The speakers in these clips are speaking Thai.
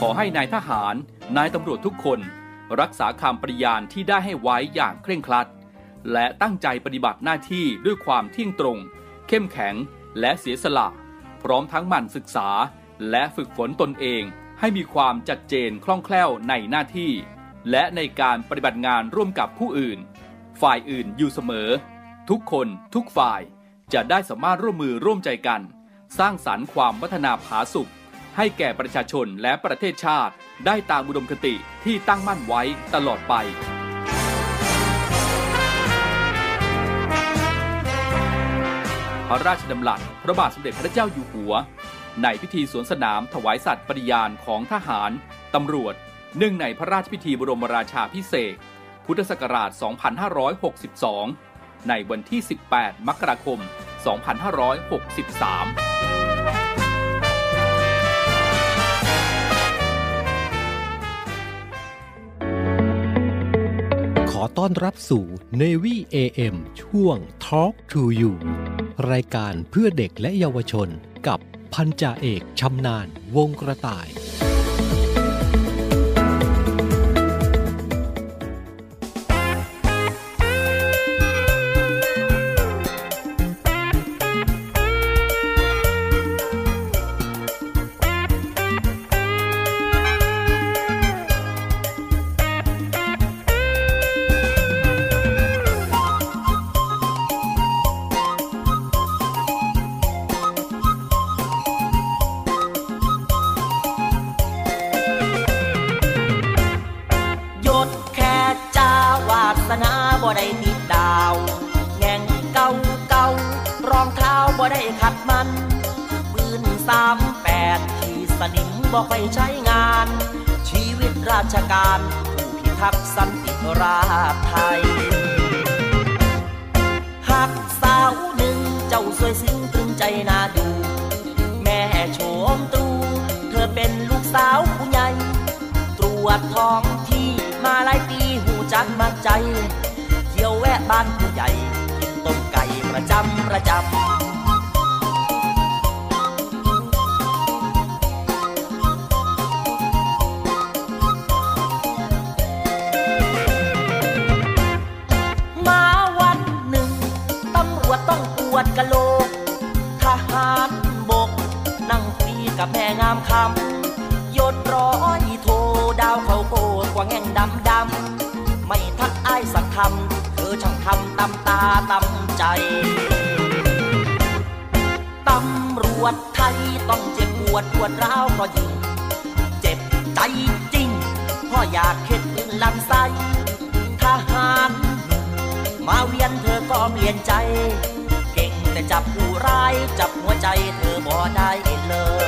อให้นายทหารนายตำรวจทุกคนรักษาคำปฏิญาณที่ได้ให้ไว้อย่างเคร่งครัดและตั้งใจปฏิบัติหน้าที่ด้วยความเที่ยงตรงเข้มแข็งและเสียสละพร้อมทั้งหมั่นศึกษาและฝึกฝนตนเองให้มีความชัดเจนคล่องแคล่วในหน้าที่และในการปฏิบัติงานร่วมกับผู้อื่นฝ่ายอื่นอยู่เสมอทุกคนทุกฝ่ายจะได้สามารถร่วมมือร่วมใจกันสร้างสรรค์ความพัฒนาผาสุกให้แก่ประชาชนและประเทศชาติได้ตามอุดมคติที่ตั้งมั่นไว้ตลอดไปพระราชดำรัสพระบาทสมเด็จพระเจ้าอยู่หัวในพิธีสวนสนามถวายสัตย์ปฏิญาณของทหารตำรวจเนื่องในพระราชพิธีบรมราชาภิเษกพุทธศักราช 2562 ในวันที่ 18 มกราคม 2563 ขอต้อนรับสู่ Navy AM ช่วง Talk to You รายการเพื่อเด็กและเยาวชนกับพันจ่าเอกชำนาญวงกระต่ายบ่ได้ติดดาวแง่งเก่าเก่ารองเท้าบ่ได้ขัดมันปืน38ที่สนิมบ่ไปใช้งานชีวิตราชการผู้พิทักษ์สันติราษฎร์ไทยหักสาวหนึ่งเจ้าสวยซึ้งตรึงใจน่าดูแม่โฉมตรูเธอเป็นลูกสาวผู้ใหญ่ตรวจท้องที่มาหลายปีหูจักมักใจเที่ยวแวะบ้านผู้ใหญ่กินต้มไก่ประจำมาวันหนึ่งตำรวจต้องปวดกะโหลกทหารบกนั่งคุยกับแม่งามคำยศร้อยโทดาวเขาโกดกว่าแง่งดำไม่ทักอ้ายสักคำเธอช่างทำตำตาตำใจตำรวจไทยต้องเจ็บปวดร้าวเพราะยิงเจ็บใจจริงเพราะอยากเข็ดปืนลั่นไส้ทหารมาเวียนเธอก็เปลี่ยนใจเก่งแต่จับผู้ร้ายจับหัวใจเธอบ่ได้เลย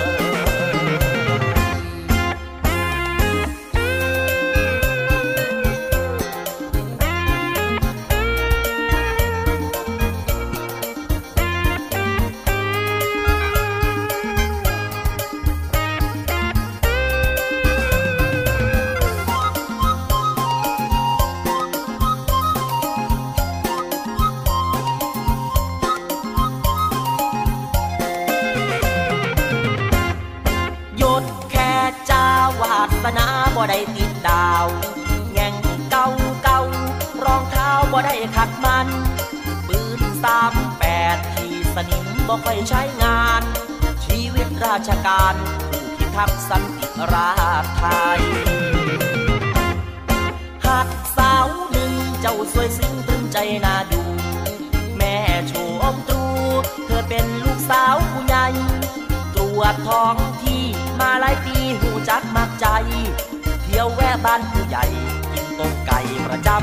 บ่ได้ติดดาวแง่งเก่าเก่ารองเท้าบ่ได้ขัดมันปืน38ที่สนิมบ่ค่อยใช้งานชีวิตราชการผู้พิทักษ์สันติราษฎร์ไทยหักสาวหนึ่งเจ้าสวยซึ้งตรึงใจน่าดูแม่โฉมตรูเธอเป็นลูกสาวผู้ใหญ่ตรวจท้องที่มาหลายปีหูจักมักใจเที่ยวแวะบ้านผู้ใหญ่กินต้มไก่ประจำ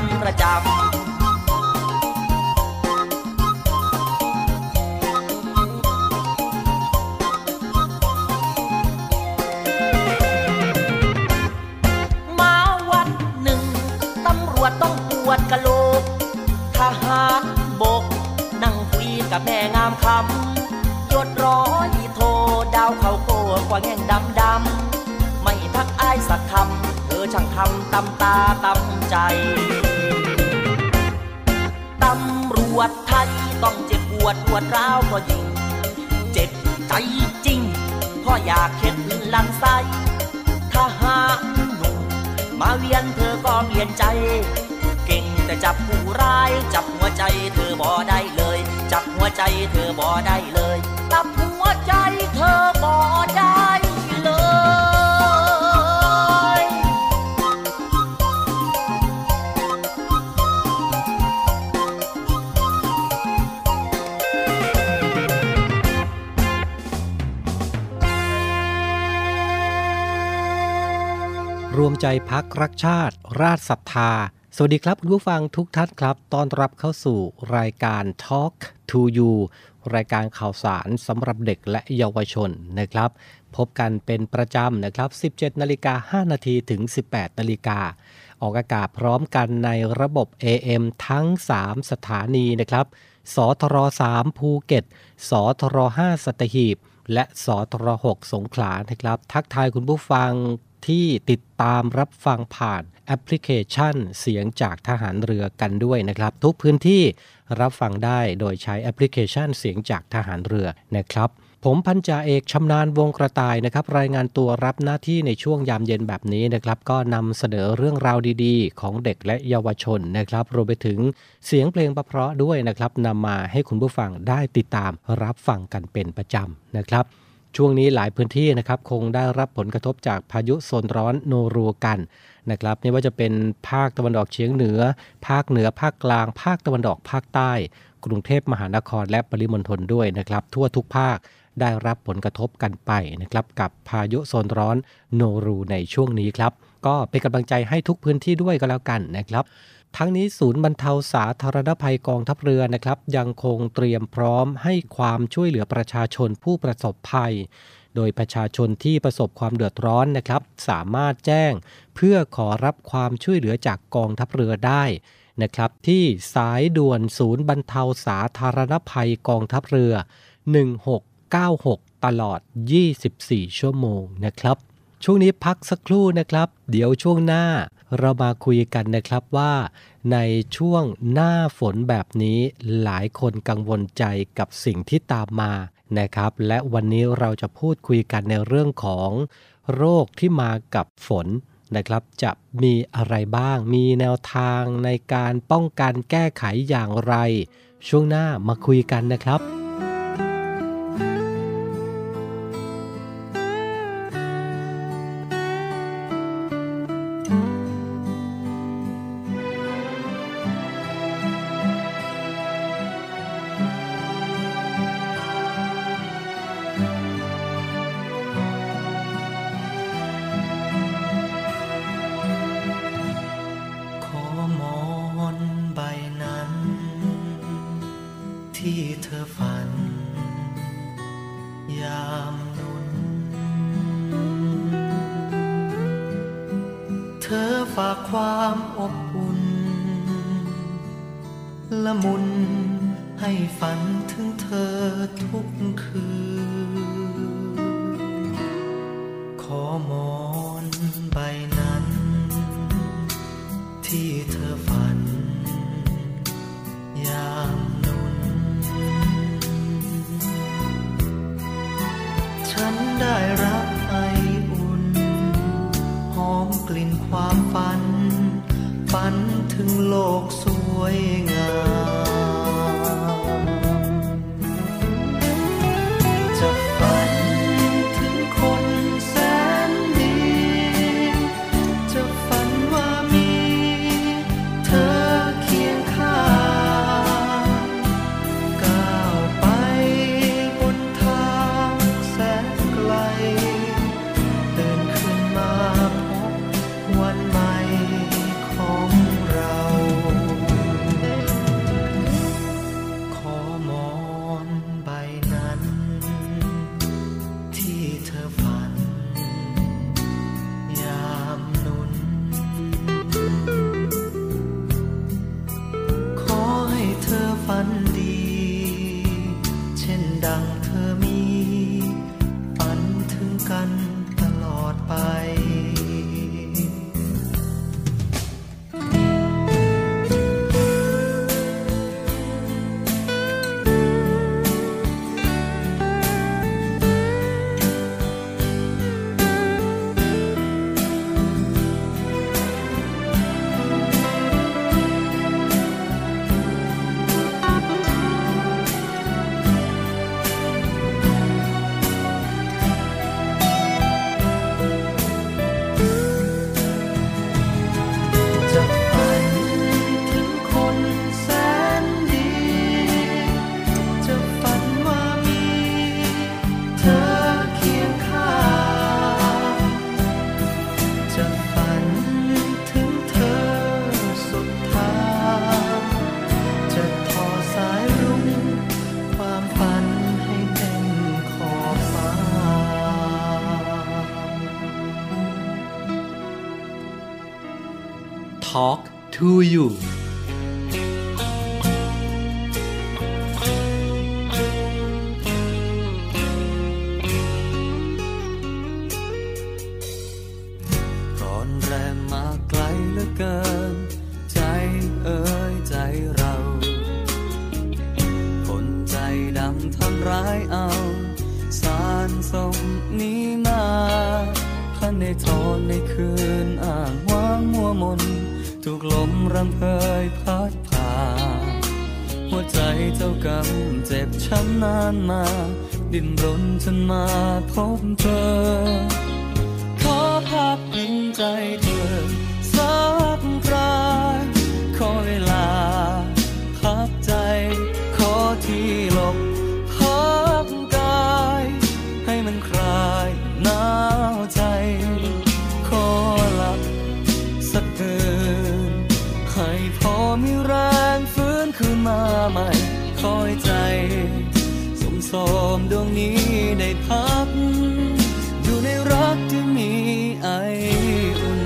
มาวันหนึ่งตำรวจต้องปวดกะโหลกทหารบกนั่งคุยกับแม่งามคำยศร้อยโทดาวเขาโกกว่าแง่งดำไม่ทักอ้ายสักคำเธอช่างทำตำตาตำใจตำรวจไทยต้องเจ็บปวดร้าวเพราะยิงเจ็บใจจริงเพราะอยากเข็ดลั่นไส้ทหมาเวียนเธอก็เปลี่ยนใจเก่งแต่จับผู้ร้ายจับหัวใจเธอบ่ได้เลยจับหัวใจเธอบ่ได้เลยจับหัวใจเธอบ่ได้เลยรวมใจพักรักชาติราชศรัทธาสวัสดีครับคุณผู้ฟังทุกท่านครับต้อนรับเข้าสู่รายการ Talk to You รายการข่าวสารสำหรับเด็กและเยาวชนนะครับพบกันเป็นประจำนะครับ 17:05 น.ถึง 18:00 น.ออกอากาศพร้อมกันในระบบ AM ทั้ง3สถานีนะครับสทร3ภูเก็ตสทร5สัตหีบและสทร6สงขลานะครับทักทายคุณผู้ฟังที่ติดตามรับฟังผ่านแอปพลิเคชันเสียงจากทหารเรือกันด้วยนะครับทุกพื้นที่รับฟังได้โดยใช้แอปพลิเคชันเสียงจากทหารเรือนะครับผมพันจ่าเอกชำนาญวงกระต่ายนะครับรายงานตัวรับหน้าที่ในช่วงยามเย็นแบบนี้นะครับก็นำเสนอเรื่องราวดีๆของเด็กและเยาวชนนะครับรวมไปถึงเสียงเพลงเพราะๆด้วยนะครับนำมาให้คุณผู้ฟังได้ติดตามรับฟังกันเป็นประจำนะครับช่วงนี้หลายพื้นที่นะครับคงได้รับผลกระทบจากพายุโซนร้อนโนรูกันนะครับไม่ว่าจะเป็นภาคตะวันออกเฉียงเหนือภาคเหนือภาคกลางภาคตะวันออกภาคใต้กรุงเทพมหานครและปริมณฑลด้วยนะครับทั่วทุกภาคได้รับผลกระทบกันไปนะครับกับพายุโซนร้อนโนรูในช่วงนี้ครับก็เป็นกำลังใจให้ทุกพื้นที่ด้วยก็แล้วกันนะครับทั้งนี้ศูนย์บรรเทาสาธารณภัยกองทัพเรือนะครับยังคงเตรียมพร้อมให้ความช่วยเหลือประชาชนผู้ประสบภัยโดยประชาชนที่ประสบความเดือดร้อนนะครับสามารถแจ้งเพื่อขอรับความช่วยเหลือจากกองทัพเรือได้นะครับที่สายด่วนศูนย์บรรเทาสาธารณภัยกองทัพเรือ1696ตลอด24ชั่วโมงนะครับช่วงนี้พักสักครู่นะครับเดี๋ยวช่วงหน้าเรามาคุยกันนะครับว่าในช่วงหน้าฝนแบบนี้หลายคนกังวลใจกับสิ่งที่ตามมานะครับและวันนี้เราจะพูดคุยกันในเรื่องของโรคที่มากับฝนนะครับจะมีอะไรบ้างมีแนวทางในการป้องกันแก้ไขอย่างไรช่วงหน้ามาคุยกันนะครับที่เธอฝันยามนุนเธอฝากความอบอุ่นละมุนให้ฝันถึงเธอทุกคืนขอมอนใบนั้นที่เธอฝันยามฉันได้รับไออุ่นหอมกลิ่นความฝันฝันถึงโลกสวยงามจะฝันถึงคนแสนดีจะฝันว่ามีเธอเคียงข้างก้าวไปบนทางแสนไกลตื่นขึ้นมาพบวันใหม่ของเรา Talk to you ร้อนแรงมาไกลเหลือเกินใจเอ่ยใจเราคนใจดำทำร้ายเอาสารส่งนี้มาพันในทนในคืนอ้างว้างมัวมนถูกลมรำเพยพัดผ่าหัวใจเจ้ากรรมเจ็บช้ำนานมาดิ้นรนจนมาพบเธอขอพักพิงใจเธอสักคราขอเวลาพักใจขอที่หลบพักกายให้มันคลายหนาวใจขอหลับสักคืนให้พอมีแรงฟื้นคืนมาใหม่คอยใจสมสมดวงนี้ได้พักอยู่ในรักที่มีไออุ่น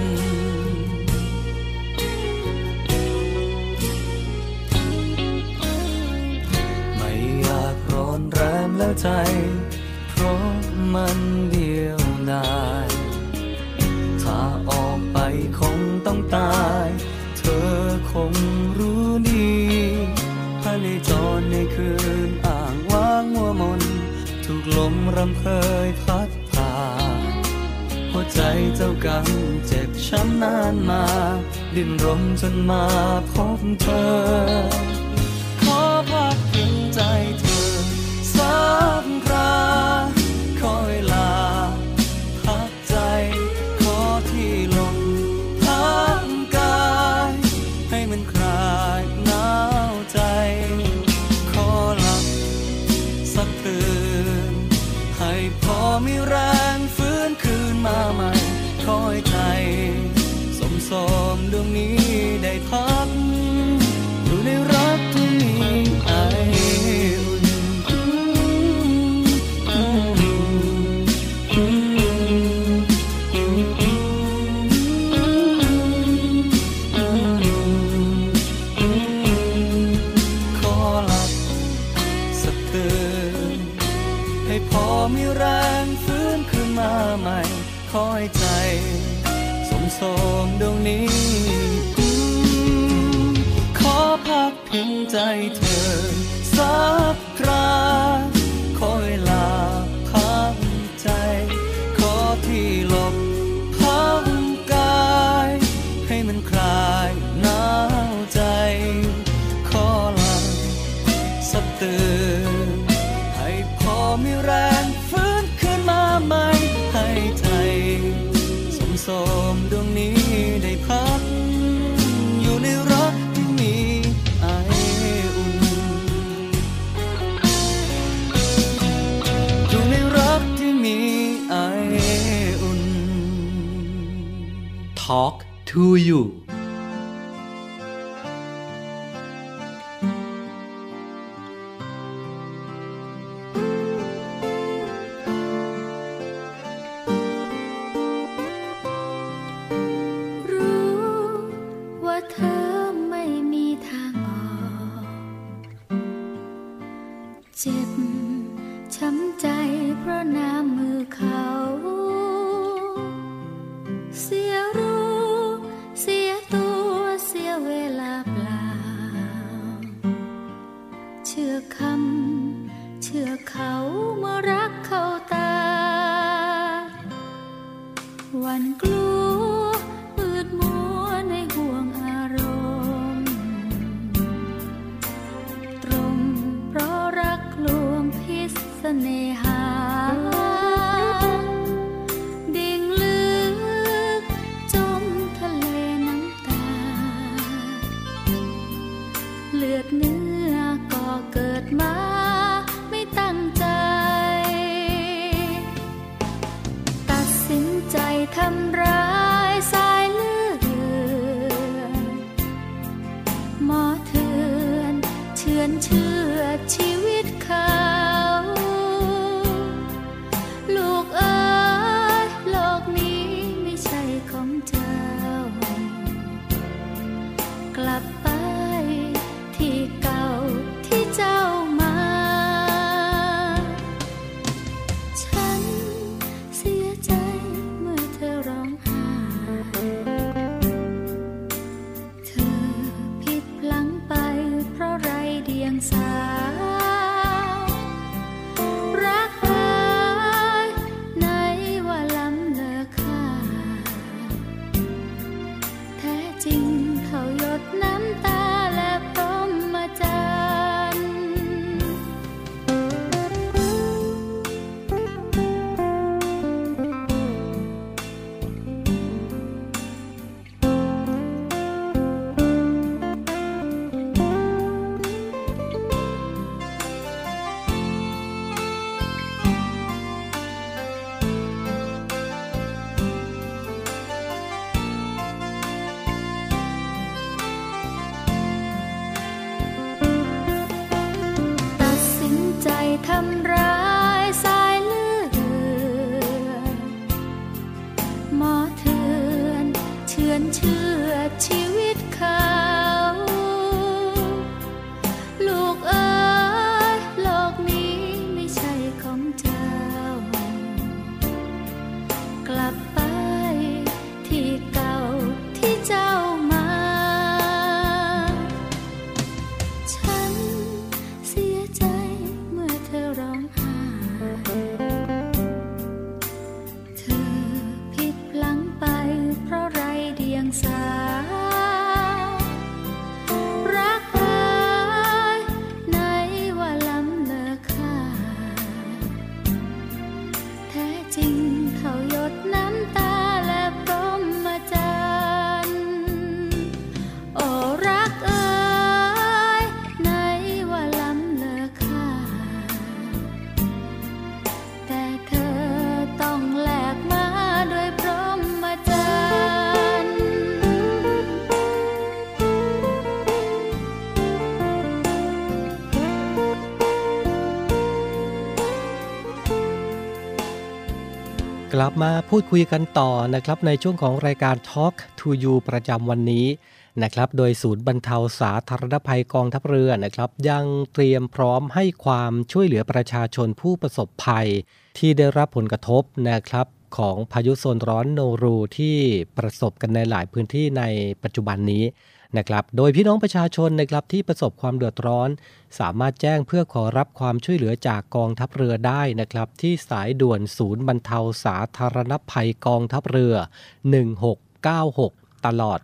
ไม่อยากร้อนแรงแล้วใจเพราะมันเดียวดายถ้าออกไปคงต้องตายเธอคงรู้ดีภายในจรในคืนอ่างว้างมัวมนถูกลมรำเพยพัดผ่าหัวใจเจ้ากรรมเจ็บช้ำนานมาดิ้นรนจนมาพบเธอขอพักพิงใจเธอสักคราขอเวลาพักใจขอที่ลมพักกายให้มันคลายหนาวใจขอหลับสักคืนให้พอมีแรงฟื้นคืนมาใหม่คอยใจสมสมดวงนี้ได้พักอยู่ในรักที่มีไออุ่นขอหลับสักคืนให้พอมีแรงฟื้นคืนมาใหม่คอยใจสมสมดวงนี้ขอพักพิงใจเธอสักคราขอเวลาพักใจขอที่หลบพักกายให้มันคลายหนาวใจขอหลับสักตื่นให้พอมีแรงฟื้นคืนมาใหม่ให้ใจสมสมดวงนี้ได้พักอยู่ในรักที่มีไออุ่นอยู่ในรักที่มีไออุ่น Talk to you เธอไม่มีทางออกเจ็บช้ำใจเพราะน้ำมือเขาเสียรู้เสียตัวเสียเวลาเปล่าเชื่อคำเชื่อเขามารักเขาตาหวั่นกลัวมืดมัวในห่วงอารมณ์ตรงเพราะรักลวงพิษเสน่หาดิ่งลึกจมทะเลน้ำตาเลือดเนื้อก็เกิดมาไม่ตั้งใจตัดสินใจทำร้ายสายเลือดหมอเถื่อนเชื่อนเชื่อชีวิตเขาลูกเอ๋ยโลกนี้ไม่ใช่ของเจ้ากลับไปที่เก่าที่เจ้ามาฉันเสียใจเมื่อเธอร้องไห้เธอผิดพลั้งไปเพราะไรเดียงสารักเอ่ยไหนว่าล้ำเลอค่าแท้จริงเท่าหยดน้ำตาและพรหมจรรย์โอ้รักเอ่ยไหนว่าล้ำเลอค่าแต่เธอต้องแลกมาด้วยพรหมจรรย์กลับมาพูดคุยกันต่อนะครับในช่วงของรายการ Talk to You ประจำวันนี้นะครับโดยศูนย์บรรเทาสาธารณภัยกองทัพเรือนะครับยังเตรียมพร้อมให้ความช่วยเหลือประชาชนผู้ประสบภัยที่ได้รับผลกระทบนะครับของพายุโซนร้อนโนรูที่ประสบกันในหลายพื้นที่ในปัจจุบันนี้นะครับโดยพี่น้องประชาชนนะครับที่ประสบความเดือดร้อนสามารถแจ้งเพื่อขอรับความช่วยเหลือจากกองทัพเรือได้นะครับที่สายด่วนศูนย์บรรเทาสาธารณภัยกองทัพเรือ1696ตลอด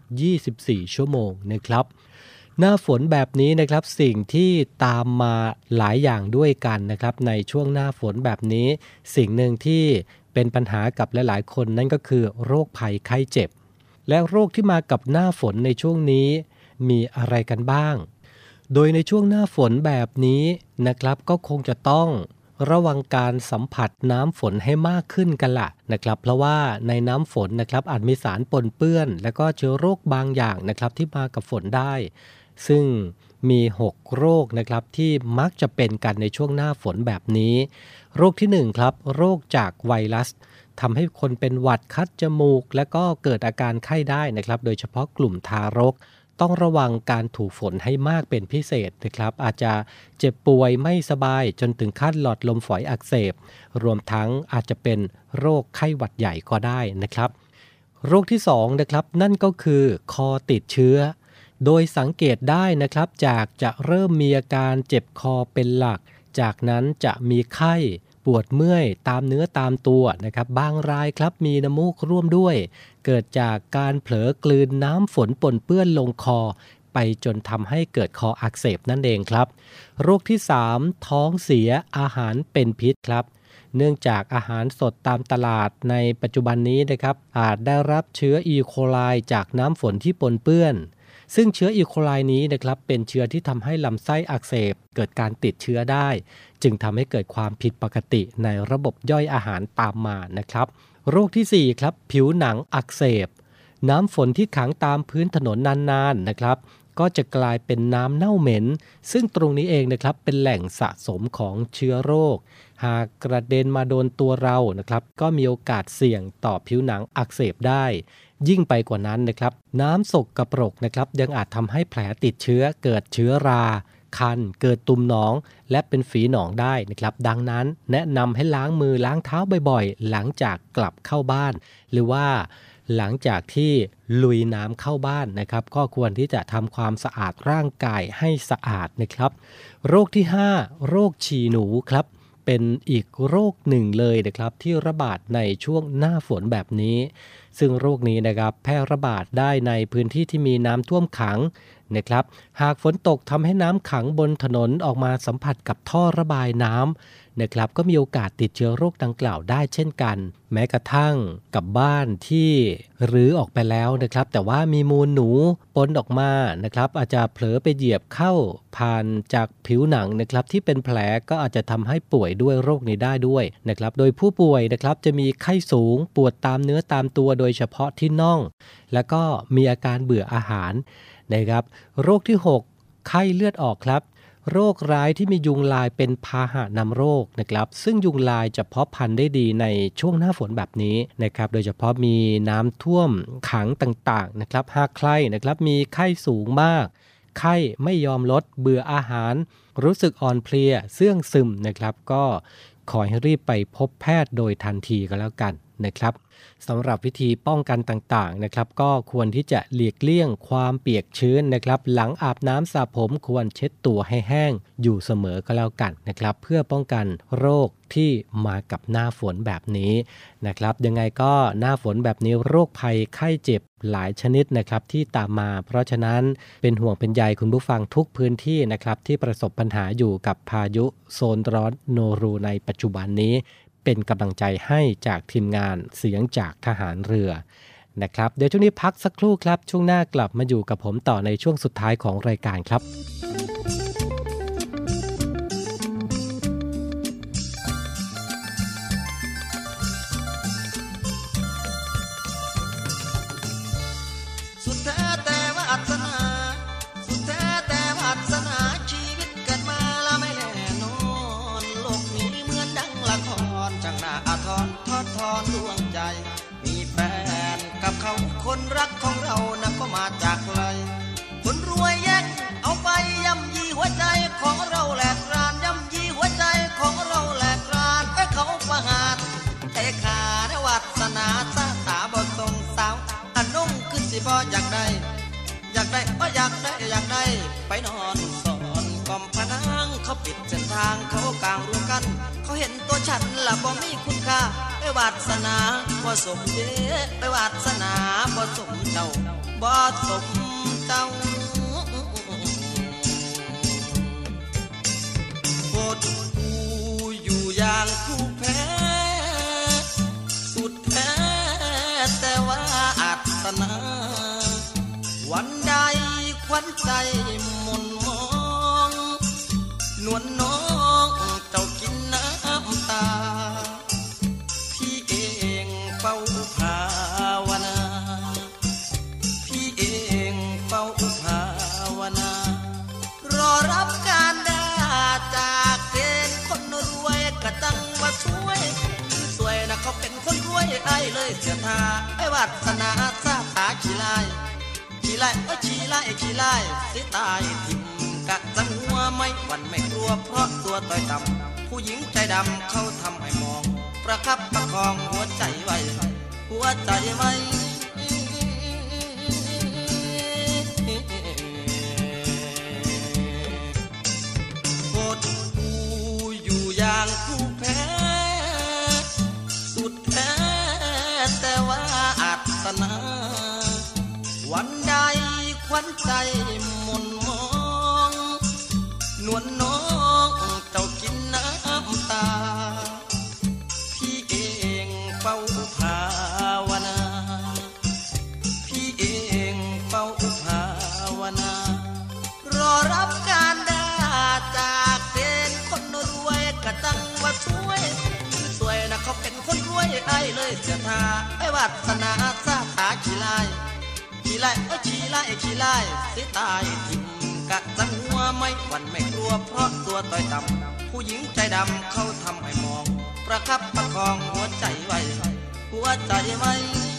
24ชั่วโมงนะครับหน้าฝนแบบนี้นะครับสิ่งที่ตามมาหลายอย่างด้วยกันนะครับในช่วงหน้าฝนแบบนี้สิ่งหนึ่งที่เป็นปัญหากับหลายๆคนนั่นก็คือโรคภัยไข้เจ็บและโรคที่มากับหน้าฝนในช่วงนี้มีอะไรกันบ้างโดยในช่วงหน้าฝนแบบนี้นะครับก็คงจะต้องระวังการสัมผัสน้ำฝนให้มากขึ้นกันล่ะนะครับเพราะว่าในน้ำฝนนะครับอาจมีสารปนเปื้อนและก็เชื้อโรคบางอย่างนะครับที่มากับฝนได้ซึ่งมี6โรคนะครับที่มักจะเป็นกันในช่วงหน้าฝนแบบนี้โรคที่1ครับโรคจากไวรัสทำให้คนเป็นหวัดคัดจมูกและก็เกิดอาการไข้ได้นะครับโดยเฉพาะกลุ่มทารกต้องระวังการถูกฝนให้มากเป็นพิเศษนะครับอาจจะเจ็บป่วยไม่สบายจนถึงขั้นหลอดลมฝอยอักเสบรวมทั้งอาจจะเป็นโรคไข้หวัดใหญ่ก็ได้นะครับโรคที่2นะครับนั่นก็คือคอติดเชื้อโดยสังเกตได้นะครับจากจะเริ่มมีอาการเจ็บคอเป็นหลักจากนั้นจะมีไข้ปวดเมื่อยตามเนื้อตามตัวนะครับบางรายครับมีน้ำมูกร่วมด้วยเกิดจากการเผลอกลืนน้ำฝนปนเปื้อนลงคอไปจนทำให้เกิดคออักเสบนั่นเองครับโรคที่3ท้องเสียอาหารเป็นพิษครับเนื่องจากอาหารสดตามตลาดในปัจจุบันนี้นะครับอาจได้รับเชื้ออีโคไลจากน้ำฝนที่ปนเปื้อนซึ่งเชื้ออีโคไลนี้นะครับเป็นเชื้อที่ทำให้ลำไส้อักเสบเกิดการติดเชื้อได้จึงทำให้เกิดความผิดปกติในระบบย่อยอาหารตามมานะครับโรคที่4ครับผิวหนังอักเสบน้ำฝนที่ขังตามพื้นถนนนานๆนะครับก็จะกลายเป็นน้ำเน่าเหม็นซึ่งตรงนี้เองนะครับเป็นแหล่งสะสมของเชื้อโรคหากกระเด็นมาโดนตัวเรานะครับก็มีโอกาสเสี่ยงต่อผิวหนังอักเสบได้ยิ่งไปกว่านั้นนะครับน้ำสกปรกนะครับยังอาจทำให้แผลติดเชื้อเกิดเชื้อราคันเกิดตุ่มหนองและเป็นฝีหนองได้นะครับดังนั้นแนะนำให้ล้างมือล้างเท้าบ่อยๆหลังจากกลับเข้าบ้านหรือว่าหลังจากที่ลุยน้ำเข้าบ้านนะครับก็ควรที่จะทำความสะอาดร่างกายให้สะอาดนะครับโรคที่5โรคฉี่หนูครับเป็นอีกโรคหนึ่งเลยนะครับที่ระบาดในช่วงหน้าฝนแบบนี้ซึ่งโรคนี้นะครับแพร่ระบาดได้ในพื้นที่ที่มีน้ำท่วมขังนะครับหากฝนตกทำให้น้ำขังบนถนนออกมาสัมผัสกับท่อระบายน้ำนะครับก็มีโอกาสติดเชื้อโรคดังกล่าวได้เช่นกันแม้กระทั่งกับบ้านที่รื้อออกไปแล้วนะครับแต่ว่ามีมูลหนูปนออกมานะครับอาจจะเผลอไปเหยียบเข้าผ่านจากผิวหนังนะครับที่เป็นแผลก็อาจจะทำให้ป่วยด้วยโรคนี้ได้ด้วยนะครับโดยผู้ป่วยนะครับจะมีไข้สูงปวดตามเนื้อตามตัวโดยเฉพาะที่น่องแล้วก็มีอาการเบื่ออาหารนะครับโรคที่6ไข้เลือดออกครับโรคร้ายที่มียุงลายเป็นพาหะนำโรคนะครับซึ่งยุงลายจะเพาะพันธุ์ได้ดีในช่วงหน้าฝนแบบนี้นะครับโดยเฉพาะมีน้ำท่วมขังต่างๆนะครับหากใครนะครับมีไข้สูงมากไข้ไม่ยอมลดเบื่ออาหารรู้สึกอ่อนเพลียเสื่องซึมนะครับก็ขอให้รีบไปพบแพทย์โดยทันทีก็แล้วกันนะครับสำหรับวิธีป้องกันต่างๆนะครับก็ควรที่จะหลีกเลี่ยงความเปียกชื้นนะครับหลังอาบน้ำสระผมควรเช็ดตัวให้แห้งอยู่เสมอก็แล้วกันนะครับเพื่อป้องกันโรคที่มากับหน้าฝนแบบนี้นะครับยังไงก็หน้าฝนแบบนี้โรคภัยไข้เจ็บหลายชนิดนะครับที่ตามมาเพราะฉะนั้นเป็นห่วงเป็นใยคุณผู้ฟังทุกพื้นที่นะครับที่ประสบปัญหาอยู่กับพายุโซนร้อนโนรูในปัจจุบันนี้เป็นกำลังใจให้จากทีมงานเสียงจากทหารเรือนะครับเดี๋ยวช่วงนี้พักสักครู่ครับช่วงหน้ากลับมาอยู่กับผมต่อในช่วงสุดท้ายของรายการครับสุดแท้แต่วาสนาสุดแท้แต่วาสนาชีวิตเกิดมาแล้วไม่แน่นอนโลกนี้เหมือนดังละครจากหน้าอาทรทอดทอนดวงใจมีแฟนกับเขาคนรักของเรานะก็มาจากไกลคนรวยแย่งเอาไปย่ำยีหัวใจของเราแหลกรานย่ำยีหัวใจของเราแหลกรานให้เขาประหารแต่ขาในวาสนาซาตาบ่ทรงสาวอันนุ่งขึ้นสิบ่อยากได้อยากได้บ่อยากได้ไปนอนสอนกอมพนังเขาปิดเส้นทางเขากลางรวมกันเขาเห็นตัวฉันละบ่มีคุณค่าไปวาสนาบ่สมเดชไปวาสนาบ่สมเจ้าบ่สมเจ้าโคตรกูอยู่อย่างผู้แพ้สุดแท้แต่ว่าอาสนาวันใดควันใจมนมองนวลน้องเจ้ากินน้ำตาพี่เองเฝ้าภาวนาพี่เองเฝ้าภาวนารอรับการด่าจากเกณฑ์คนรวยกระตังมาช่วยสวยนะเขาเป็นคนรวยไอ้เลยเสียท่าไอ้วาสนาซาตาขี้ลายขี้ลายสิตายทิ่มกะจังหัวไม่หวั่นไม่กลัวเพราะตัวต่อยต่ำผู้หญิงใจดำเขาทำให้มองประคับประคองหัวใจไว้หัวใจไว้โคตรกูอยู่อย่างผู้แพ้สุดแท้แต่ว่าอาสนาวันใดควันใจมนมองนวลน้องเจ้ากินน้ำตาพี่เองเฝ้าภาวนาพี่เองเฝ้าภาวนารอรับการด่าจากเป็นคนรวยกระตังว่าช่วยสวยนะเขาเป็นคนรวยไอ้เลยเสียท่าไอ้วาสนาซาตาขี้ลายสิตายทิ่มกะจังหัวไม่หวั่นไม่กลัวเพราะตัวต่อยต่ำผู้หญิงใจดำเขาทำให้มองประคับประคองหัวใจไว้หัวใจไว้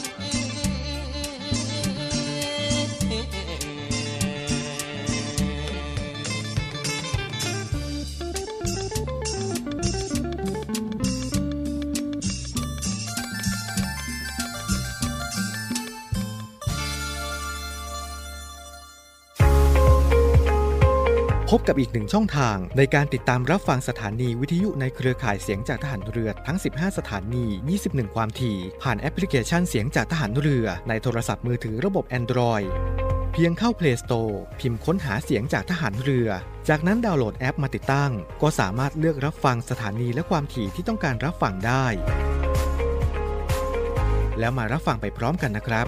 พบกับอีกหนึ่งช่องทางในการติดตามรับฟังสถานีวิทยุในเครือข่ายเสียงจากทหารเรือทั้ง15สถานี 21 ความถี่ผ่านแอปพลิเคชันเสียงจากทหารเรือในโทรศัพท์มือถือระบบ Android เพียงเข้า Play Store พิมพ์ค้นหาเสียงจากทหารเรือจากนั้นดาวน์โหลดแอปมาติดตั้งก็สามารถเลือกรับฟังสถานีและความถี่ที่ต้องการรับฟังได้แล้วมารับฟังไปพร้อมกันนะครับ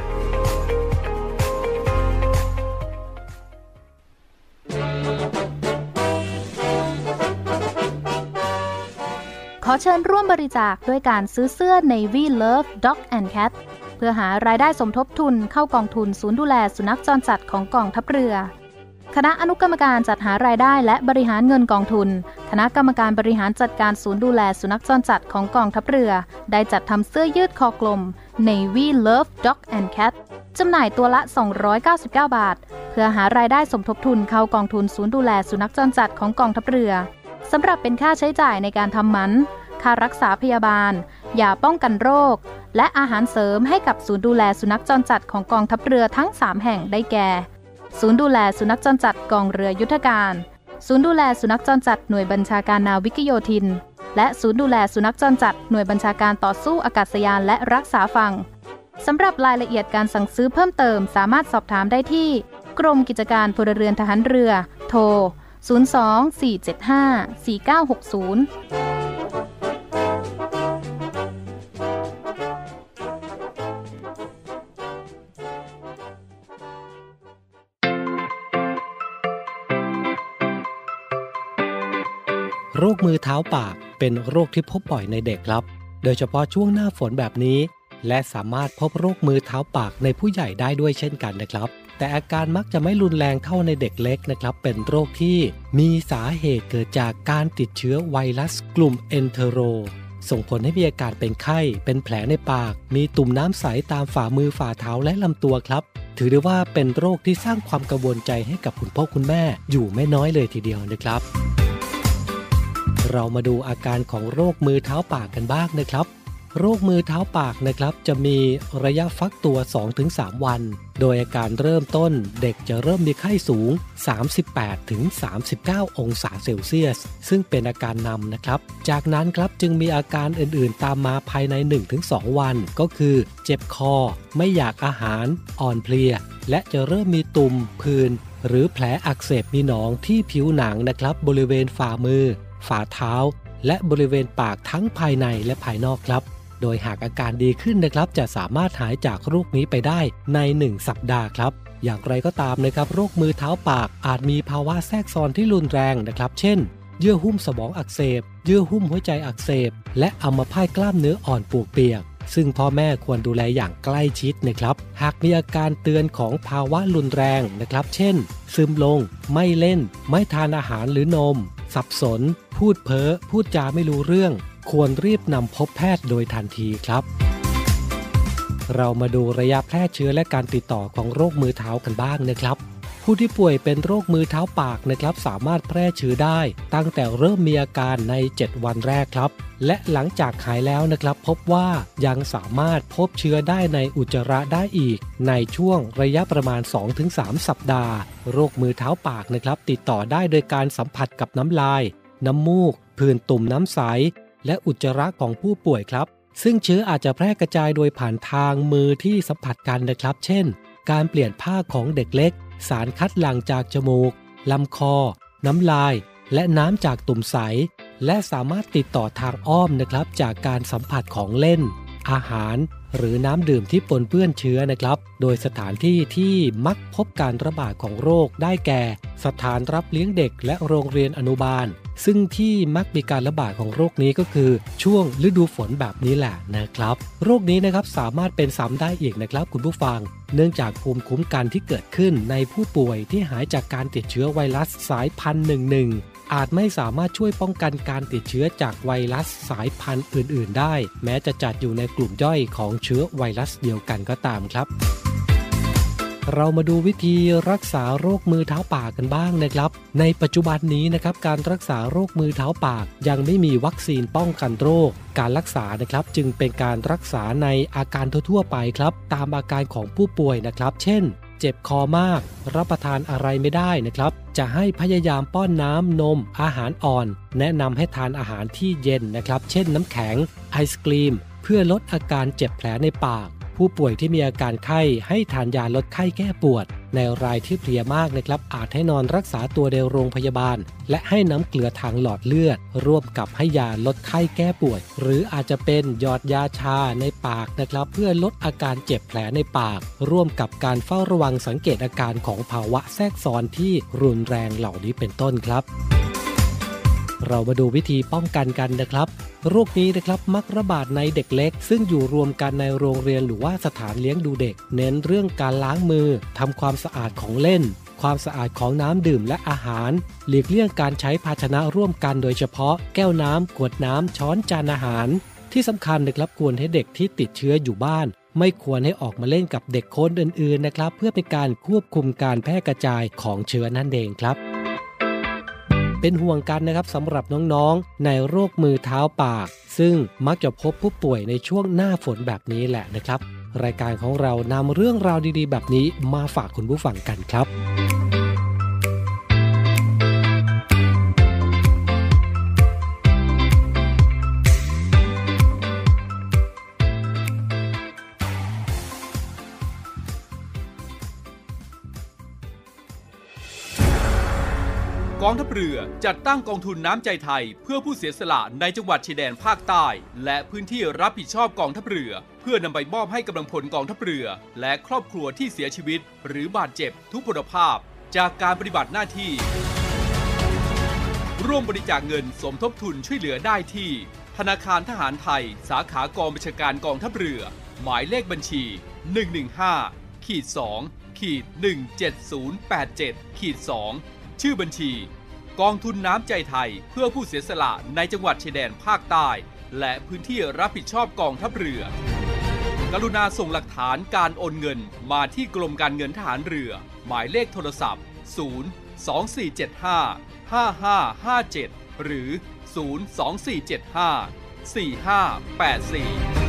ขอเชิญร่วมบริจาคด้วยการซื้อเสื้อ Navy Love Dog and Cat เพื่อหารายได้สมทบทุนเข้ากองทุนศูนย์ดูแลสุนัขจรจัดของกองทัพเรือคณะอนุกรรมการจัดหารายได้และบริหารเงินกองทุนคณะกรรมการบริหารจัดการศูนย์ดูแลสุนัขจรจัดของกองทัพเรือได้จัดทำเสื้อยืดคอกลม Navy Love Dog and Cat จำหน่ายตัวละ299 บาทเพื่อหารายได้สมทบทุนเข้ากองทุนศูนย์ดูแลสุนัขจรจัดของกองทัพเรือสำหรับเป็นค่าใช้จ่ายในการทำหมันค่ารักษาพยาบาลยาป้องกันโรคและอาหารเสริมให้กับศูนย์ดูแลสุนัขจรจัดของกองทัพเรือทั้ง3แห่งได้แก่ศูนย์ดูแลสุนัขจรจัดกองเรือยุทธการศูนย์ดูแลสุนัขจรจัดหน่วยบัญชาการนาวิกโยธินและศูนย์ดูแลสุนัขจรจัดหน่วยบัญชาการต่อสู้อากาศยานและรักษาฝั่งสำหรับรายละเอียดการสั่งซื้อเพิ่มเติมสามารถสอบถามได้ที่กรมกิจการพลเรือนทหารเรือโทร024754960 โรคมือเท้าปากเป็นโรคที่พบบ่อยในเด็กครับโดยเฉพาะช่วงหน้าฝนแบบนี้และสามารถพบโรคมือเท้าปากในผู้ใหญ่ได้ด้วยเช่นกันนะครับแต่อาการมักจะไม่รุนแรงเท่าในเด็กเล็กนะครับเป็นโรคที่มีสาเหตุเกิดจากการติดเชื้อไวรัสกลุ่มเอนเทโรส่งผลให้มีอาการเป็นไข้เป็นแผลในปากมีตุ่มน้ำใสตามฝ่ามือฝ่าเท้าและลำตัวครับถือได้ว่าเป็นโรคที่สร้างความกังวลใจให้กับคุณพ่อคุณแม่อยู่ไม่น้อยเลยทีเดียวนะครับเรามาดูอาการของโรคมือเท้าปากกันบ้างนะครับโรคมือเท้าปากนะครับจะมีระยะฟักตัว 2-3 วันโดยอาการเริ่มต้นเด็กจะเริ่มมีไข้สูง 38-39 องศาเซลเซียสซึ่งเป็นอาการนำนะครับจากนั้นครับจึงมีอาการอื่นๆตามมาภายใน 1-2 วันก็คือเจ็บคอไม่อยากอาหารอ่อนเพลียและจะเริ่มมีตุ่มผื่นหรือแผลอักเสบมีหนองที่ผิวหนังนะครับบริเวณฝ่ามือฝ่าเท้าและบริเวณปากทั้งภายในและภายนอกครับโดยหากอาการดีขึ้นนะครับจะสามารถหายจากโรคนี้ไปได้ใน1สัปดาห์ครับอย่างไรก็ตามนะครับโรคมือเท้าปากอาจมีภาวะแทรกซ้อนที่รุนแรงนะครับเช่นเยื่อหุ้มสมองอักเสบเยื่อหุ้มหัวใจอักเสบและอัมพาตกล้ามเนื้ออ่อนปวกเปียกซึ่งพ่อแม่ควรดูแลอย่างใกล้ชิดนะครับหากมีอาการเตือนของภาวะรุนแรงนะครับเช่นซึมลงไม่เล่นไม่ทานอาหารหรือนมสับสนพูดเพ้อพูดจาไม่รู้เรื่องควรรีบนำพบแพทย์โดยทันทีครับเรามาดูระยะแพร่เชื้อและการติดต่อของโรคมือเท้ากันบ้างนะครับผู้ที่ป่วยเป็นโรคมือเท้าปากนะครับสามารถแพร่เชื้อได้ตั้งแต่เริ่มมีอาการใน7วันแรกครับและหลังจากหายแล้วนะครับพบว่ายังสามารถพบเชื้อได้ในอุจจาระได้อีกในช่วงระยะประมาณ 2-3 สัปดาห์โรคมือเท้าปากนะครับติดต่อได้โดยการสัมผัสกับน้ำลายน้ำมูกผื่นตุ่มน้ำใสและอุจจาระของผู้ป่วยครับซึ่งเชื้ออาจจะแพร่กระจายโดยผ่านทางมือที่สัมผัสกันนะครับเช่นการเปลี่ยนผ้าของเด็กเล็กสารคัดหลั่งจากจมูกลำคอน้ำลายและน้ำจากตุ่มใสและสามารถติดต่อทางอ้อมนะครับจากการสัมผัสของเล่นอาหารหรือน้ำดื่มที่ปนเปื้อนเชื้อนะครับโดยสถานที่ที่มักพบการระบาดของโรคได้แก่สถานรับเลี้ยงเด็กและโรงเรียนอนุบาลซึ่งที่มักมีการระบาดของโรคนี้ก็คือช่วงฤดูฝนแบบนี้แหละนะครับโรคนี้นะครับสามารถเป็นซ้ำได้อีกนะครับคุณผู้ฟังเนื่องจากภูมิคุ้มกันที่เกิดขึ้นในผู้ป่วยที่หายจากการติดเชื้อไวรัสสายพันธุ์11อาจไม่สามารถช่วยป้องกันการติดเชื้อจากไวรัสสายพันธุ์อื่นๆได้แม้จะจัดอยู่ในกลุ่มย่อยของเชื้อไวรัสเดียวกันก็ตามครับเรามาดูวิธีรักษาโรคมือเท้าปากกันบ้างนะครับในปัจจุบันนี้นะครับการรักษาโรคมือเท้าปากยังไม่มีวัคซีนป้องกันโรคการรักษานะครับจึงเป็นการรักษาในอาการทั่วๆไปครับตามอาการของผู้ป่วยนะครับเช่นเจ็บคอมากรับประทานอะไรไม่ได้นะครับจะให้พยายามป้อนน้ำนมอาหารอ่อนแนะนำให้ทานอาหารที่เย็นนะครับเช่นน้ำแข็งไอศกรีมเพื่อลดอาการเจ็บแผลในปากผู้ป่วยที่มีอาการไข้ให้ทานยาลดไข้แก้ปวดในรายที่เพลียมากนะครับอาจให้นอนรักษาตัวในโรงพยาบาลและให้น้ำเกลือทางหลอดเลือดร่วมกับให้ยาลดไข้แก้ปวดหรืออาจจะเป็นหยอดยาชาในปากนะครับเพื่อลดอาการเจ็บแผลในปากร่วมกับการเฝ้าระวังสังเกตอาการของภาวะแทรกซ้อนที่รุนแรงเหล่านี้เป็นต้นครับเรามาดูวิธีป้องกันกันนะครับโรคนี้นะครับมักระบาดในเด็กเล็กซึ่งอยู่รวมกันในโรงเรียนหรือว่าสถานเลี้ยงดูเด็กเน้นเรื่องการล้างมือทำความสะอาดของเล่นความสะอาดของน้ำดื่มและอาหารหลีกเลี่ยงการใช้ภาชนะร่วมกันโดยเฉพาะแก้วน้ำขวดน้ำช้อนจานอาหารที่สำคัญนะครับควรให้เด็กที่ติดเชื้ออยู่บ้านไม่ควรให้ออกมาเล่นกับเด็กคนอื่นๆนะครับเพื่อเป็นการควบคุมการแพร่กระจายของเชื้อนั่นเองครับเป็นห่วงกันนะครับสำหรับน้องๆในโรคมือเท้าปากซึ่งมักจะพบผู้ป่วยในช่วงหน้าฝนแบบนี้แหละนะครับรายการของเรานำเรื่องราวดีๆแบบนี้มาฝากคุณผู้ฟังกันครับกองทัพเรือจัดตั้งกองทุนน้ำใจไทยเพื่อผู้เสียสละในจังหวัดชายแดนภาคใต้และพื้นที่รับผิดชอบกองทัพเรือเพื่อนำไปมอบให้กำลังพลกองทัพเรือและครอบครัวที่เสียชีวิตหรือบาดเจ็บทุกพลภาพจากการปฏิบัติหน้าที่ร่วมบริจาคเงินสมทบทุนช่วยเหลือได้ที่ธนาคารทหารไทยสาขากองบัญชาการกองทัพเรือหมายเลขบัญชี 115-2-17087-2ชื่อบัญชีกองทุนน้ำใจไทยเพื่อผู้เสียสละในจังหวัดชายแดนภาคใต้และพื้นที่รับผิดชอบกองทัพเรือกรุณาส่งหลักฐานการโอนเงินมาที่กรมการเงินทหารเรือหมายเลขโทรศัพท์024755557หรือ024754584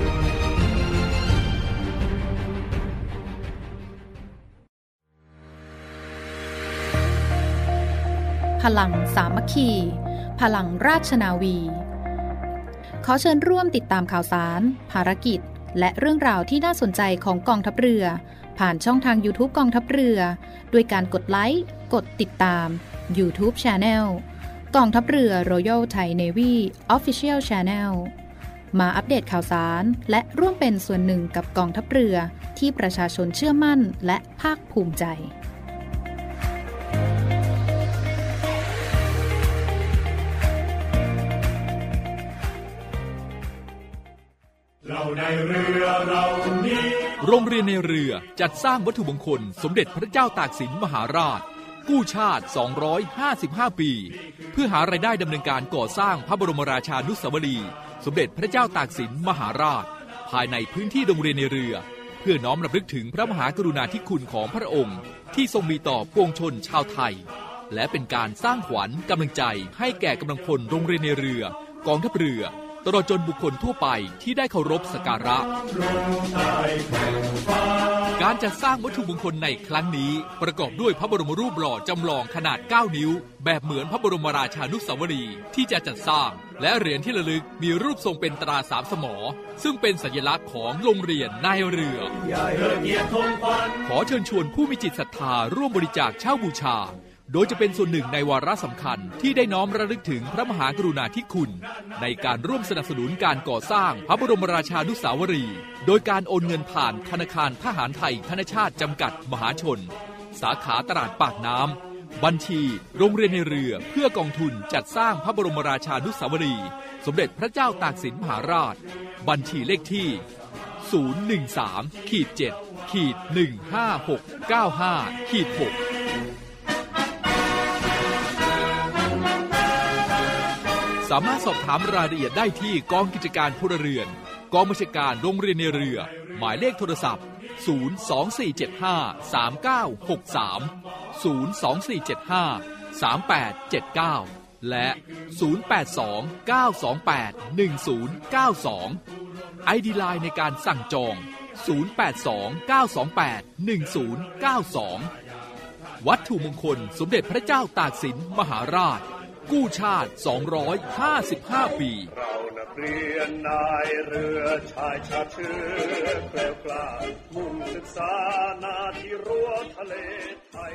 พลังสามัคคีพลังราชนาวีขอเชิญร่วมติดตามข่าวสารภารกิจและเรื่องราวที่น่าสนใจของกองทัพเรือผ่านช่องทาง YouTube กองทัพเรือด้วยการกดไลค์กดติดตาม YouTube Channel กองทัพเรือ Royal Thai Navy Official Channel มาอัปเดตข่าวสารและร่วมเป็นส่วนหนึ่งกับกองทัพเรือที่ประชาชนเชื่อมั่นและภาคภูมิใจโรงเรียนในเรือจัดสร้างวัตถุมงคลสมเด็จพระเจ้าตากสินมหาราชกู้ชาติ255ปีเพื่อหารายได้ดำเนินการก่อสร้างพระบรมราชานุสาวรีย์สมเด็จพระเจ้าตากสินมหาราชภายในพื้นที่โรงเรียนในเรือเพื่อน้อมรำลึกถึงพระมหากรุณาธิคุณของพระองค์ที่ทรงมีต่อปวงชนชาวไทยและเป็นการสร้างขวัญกำลังใจให้แก่กำลังพลโรงเรียนในเรือกองทัพเรือตลอดจนบุคคลทั่วไปที่ได้เคารพสักการะการจัดสร้างวัตถุมงคลในครั้งนี้ประกอบด้วยพระบรมรูปหล่อจำลองขนาด9นิ้วแบบเหมือนพระบรมราชานุสาวรีย์ที่จะจัดสร้างและเหรียญที่ระลึกมีรูปทรงเป็นตรา3 สมอซึ่งเป็นสัญลักษณ์ของโรงเรียนนายเรือขอเชิญชวนผู้มีจิตศรัทธาร่วมบริจาคเช่าบูชาโดยจะเป็นส่วนหนึ่งในวาระสำคัญที่ได้น้อมระลึกถึงพระมหากรุณาธิคุณในการร่วมสนับสนุนการก่อสร้างพระบรมราชานุสาวรีย์โดยการโอนเงินผ่านธนาคารทหารไทยธนชาติจำกัดมหาชนสาขาตลาดปากน้ำบัญชีโรงเรียนในเรือเพื่อกองทุนจัดสร้างพระบรมราชานุสาวรีย์สมเด็จพระเจ้าตากสินมหาราชบัญชีเลขที่013-7-15695-6สามารถสอบถามรายละเอียดได้ที่กองกิจการพลเรือนกองบัญชาการโรงเรียนในเรือหมายเลขโทรศัพท์024753963 024753879และ0829281092 ID Line ในการสั่งจอง0829281092วัตถุมงคลสมเด็จพระเจ้าตากสินมหาราชกู้ชาติ255ปีเรานักเรียนนายเรือชายชาติเชื้อแกล้วกล้ามุ่งศึกษานาที่รั้วทะเลไทย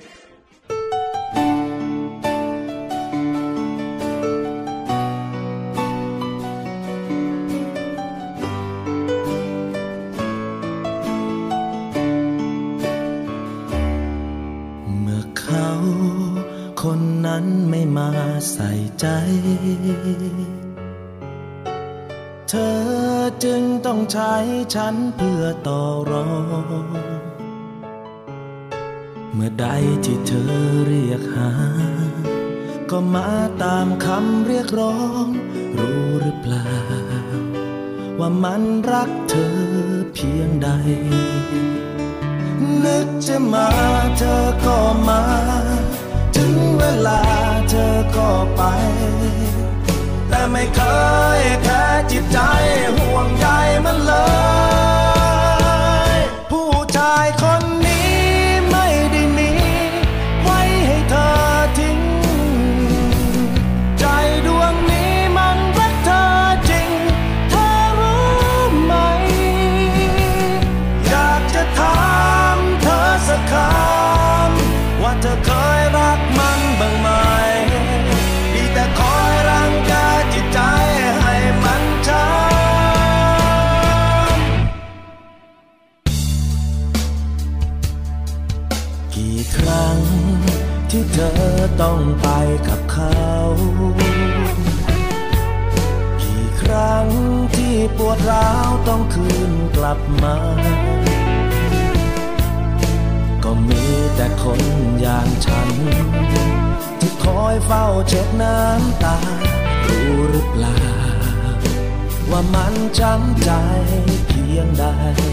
เมื่อเขาคนนั้นไม่มาใส่ใจเธอจึงต้องใช้ฉันเพื่อต่อรองเมื่อใดที่เธอเรียกหาก็มาตามคำเรียกร้องรู้หรือเปล่าว่ามันรักเธอเพียงใดนึกจะมาเธอก็มาถึงเวลาเธอก็ไม่เคยแค่จิตใจห่วงใยมันเลยผู้ชายคนนี้ไม่ได้มีไว้ให้เธอทิ้งใจดวงนี้มันรักเธอจริงเธอรู้ไหมอยากจะถามเธอสักคำว่าเธอเคยรักมันบ้างไหมดีแต่คอยรังแกจิตใจให้มันช้ำกี่ครั้งที่เธอต้องไปกับเขากี่ครั้งที่ปวดร้าวต้องคืนกลับมาก็มีแต่คนอย่างฉันที่คอยเฝ้าเช็ดน้ำตารู้หรือเปล่าว่ามันช้ำใจเพียงใด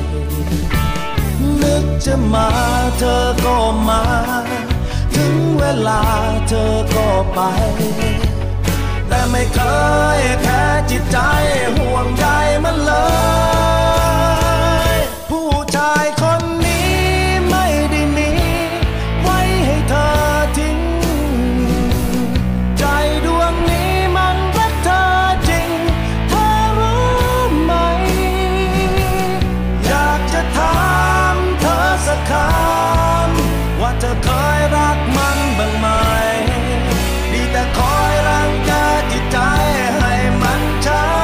นึกจะมาเธอก็มาถึงเวลาเธอก็ไปแต่ไม่เคยแค่จิตใจห่วงใยมันเลยผู้ชายคนนี้ไม่ได้มีไว้ให้เธอทิ้งใจดวงนี้มันรักเธอจริงเธอรู้ไหมอยากจะถามเธอสักคำว่าเธอเคยรักมันบ้างไหมดีแต่คอยรังแกจิตใจให้มันช้ำ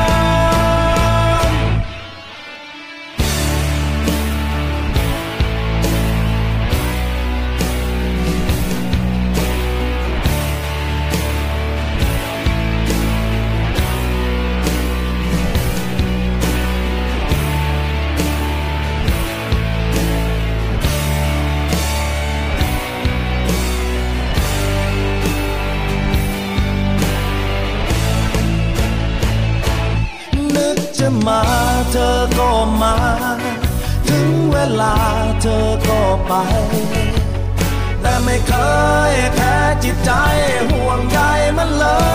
จะมาเธอก็มาถึงเวลาเธอก็ไปแต่ไม่เคยแค่จิตใจห่วงใยมัน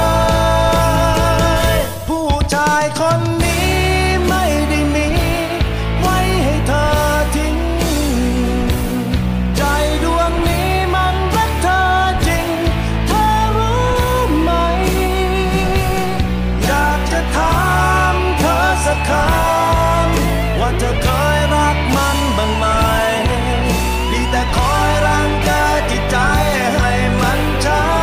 เลยผู้ชายคนนี้ไม่ได้มีไว้ให้เธอทิ้งใจดวงนี้มันรักเธอจริงเธอรู้ไหมอยากจะถามสักคำว่าเธอเคยรักมันบ้างไหมดีแต่คอยรังแกจิตใจให้มันช้ำ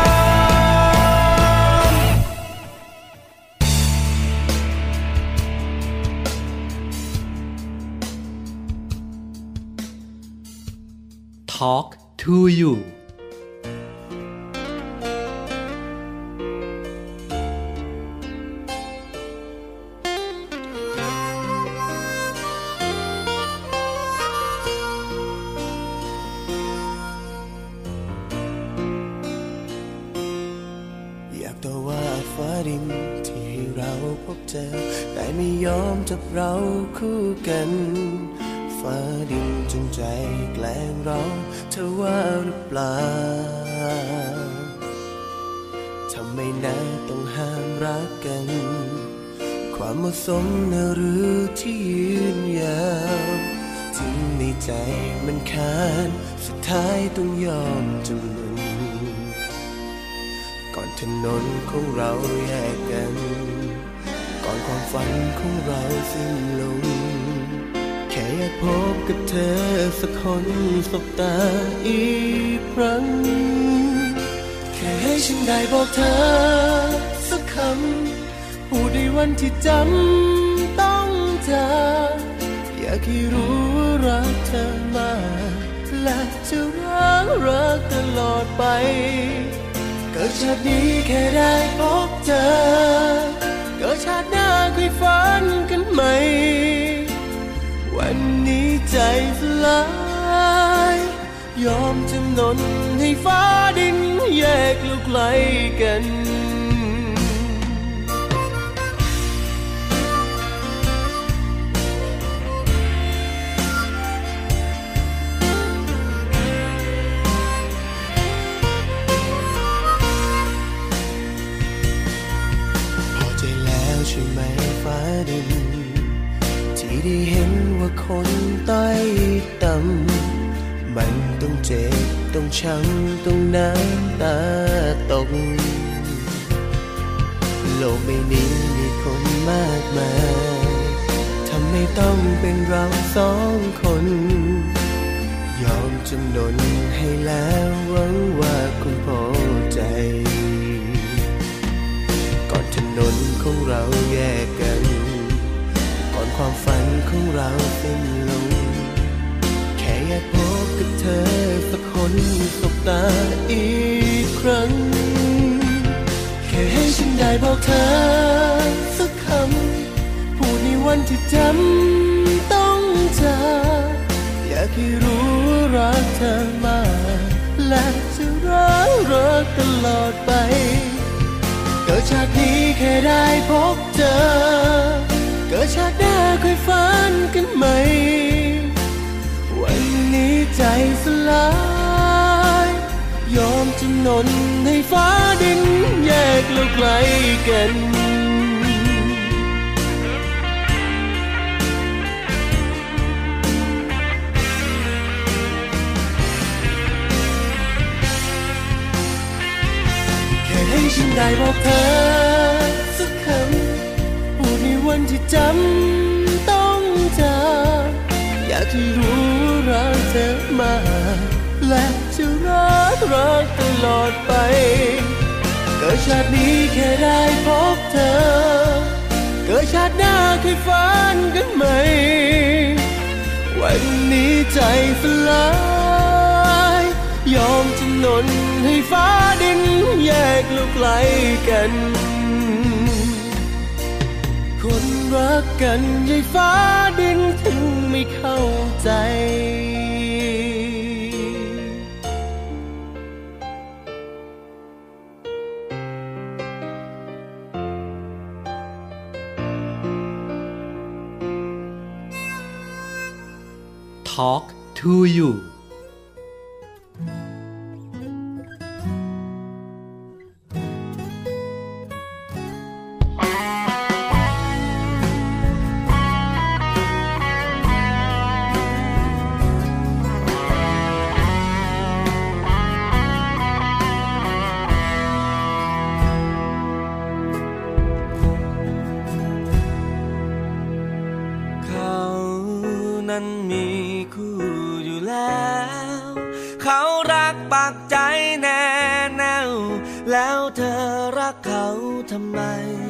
Talk to you ที่เราพบเจอแต่ไม่ยอมจับเราคู่กันฟ้าดินจงใจแกล้งเราเธอว่าหรือเปล่าทำไมน่าต้องห้ามรักกันความเหมาะสมนะหรือที่ยืนยาวถึงในใจมันค้านสุดท้ายต้องยอมจำนนก่อนถนนของเราแยกกันก่อนความฝันของเราสิ้นลงแค่อยากพบกับเธอสักคนสบตาอีกครั้งแค่ให้ฉันได้บอกเธอสักคำพูดในวันที่จำต้องจากอยากให้รู้ว่ารักเธอมากและจะรักตลอดไปเกิดชาตินี้แค่ได้พบเธอเกิดชาติหน้าเคยฝันกันไหมวันนี้ใจสลายยอมจำนนให้ฟ้าดินแยกเราไกลกันพเจ็บต้องช้ำต้องน้ำตาตกโลกใบนี้มีคนมากมายทำให้ต้องเป็นเราสองคนยอมจำนนให้แล้วหวังว่าคุณพอใจก่อนถนนของเราแยกกันก่อนความฝันของเราสิ้นลงแค่อยากพบกับเธอสักคนสบตาอีกครั้งแค่ให้ฉันได้บอกเธอสักคำพูดในวันที่จำต้องจากอยากให้รู้ว่ารักเธอมากและจะรักตลอดไปเกิดชาตินี้แค่ได้พบเจอเกิดชาติหน้าค่อยฝันกันใหม่วันนี้ใจสลายยอมจำนนให้ฟ้าดินแยกเราไกลกันให้ฉันได้บอกเธอสักคำพูดในวันที่จำต้องจากอยากให้รู้ว่ารักเธอมากและจะรักตลอดไปเกิดชาตินี้แค่ได้พบเธอเกิดชาติหน้าค่อยฝันกันใหม่วันนี้ใจสลายยอมจำนนให้ฟ้าดินแยกเราไกลกันคนรักกันให้ฟ้าดินถึงไม่เข้าใจ Talk to you นั้นมีคู่อยู่แล้วเขารักปักใจแน่แน่วแล้วเธอรักเขาทำไม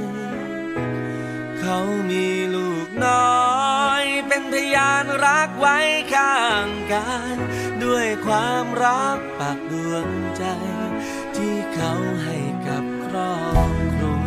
เขามีลูกน้อยเป็นพยานรักไว้ข้างกายด้วยความรักปักดวงใจที่เขาให้กับครอบครัว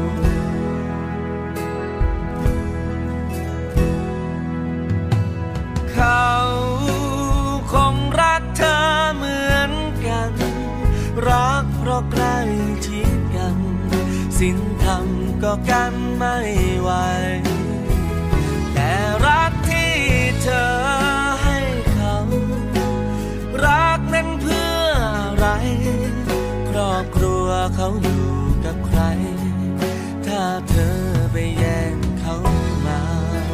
เขาคงรักเธอเหมือนกันรักเพราะใกล้ชิดกันศีลธรรมก็กันไม่ไหวแต่รักที่เธอให้เขารักนั้นเพื่ออะไรครอบครัวเขาอยู่กับใครถ้าเธอไปแย่งเขามา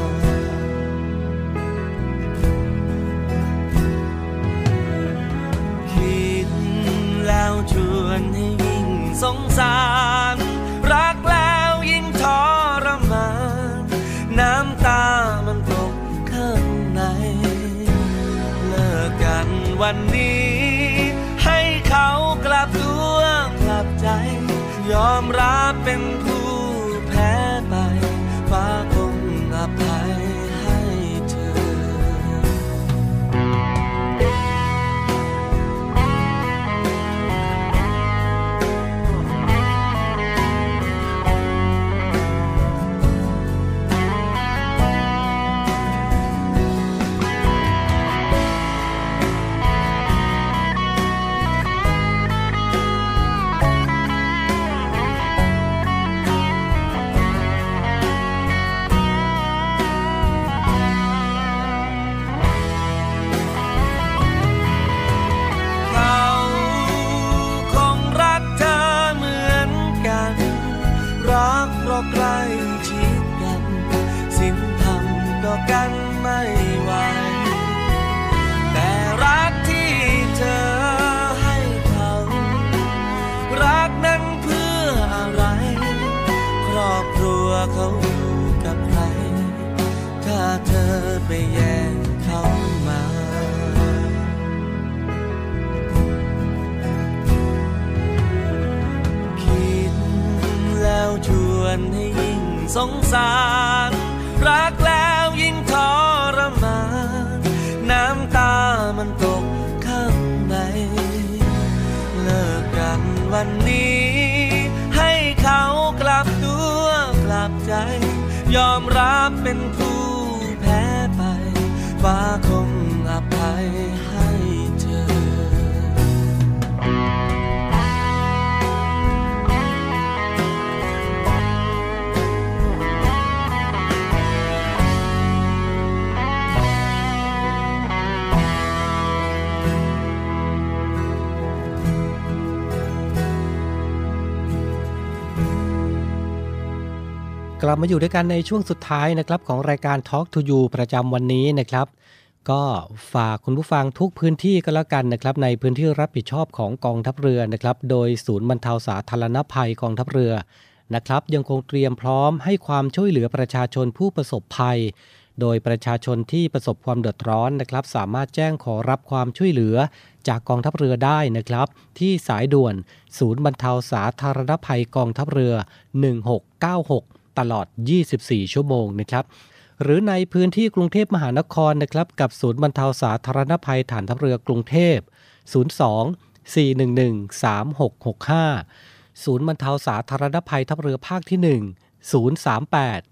แล้วชวนให้ยิ่งสงสารรักแล้วยิ่งทรมานน้ำตามันตกข้างในเลิกกันวันนี้ให้เขากลับตัวกลับใจยอมรับเป็นผู้แพ้ไปฟ้าคงอภัยให้เธอสงสารรักแล้วยิ่งทรมานน้ำตามันตกข้างในเลิกกันวันนี้ให้เขากลับตัวกลับใจยอมรับเป็นผู้แพ้ไปฟ้าคงอภัยให้เธอกลับมาอยู่ด้วยกันในช่วงสุดท้ายนะครับของรายการ Talk to You ประจำวันนี้นะครับก็ฝากคุณผู้ฟังทุกพื้นที่ก็แล้วกันนะครับในพื้นที่รับผิดชอบของกองทัพเรือนะครับโดยศูนย์บรรเทาสาธารณภัยกองทัพเรือนะครับยังคงเตรียมพร้อมให้ความช่วยเหลือประชาชนผู้ประสบภัยโดยประชาชนที่ประสบความเดือดร้อนนะครับสามารถแจ้งขอรับความช่วยเหลือจากกองทัพเรือได้นะครับที่สายด่วนศูนย์บรรเทาสาธารณภัยกองทัพเรือ1696ตลอด24ชั่วโมงนะครับหรือในพื้นที่กรุงเทพมหานครนะครับกับศูนย์บรรเทาสาธารณภัยฐานทัพเรือกรุงเทพ02 411 3665ศูนย์บรรเทาสาธารณภัยทัพเรือภาคที่1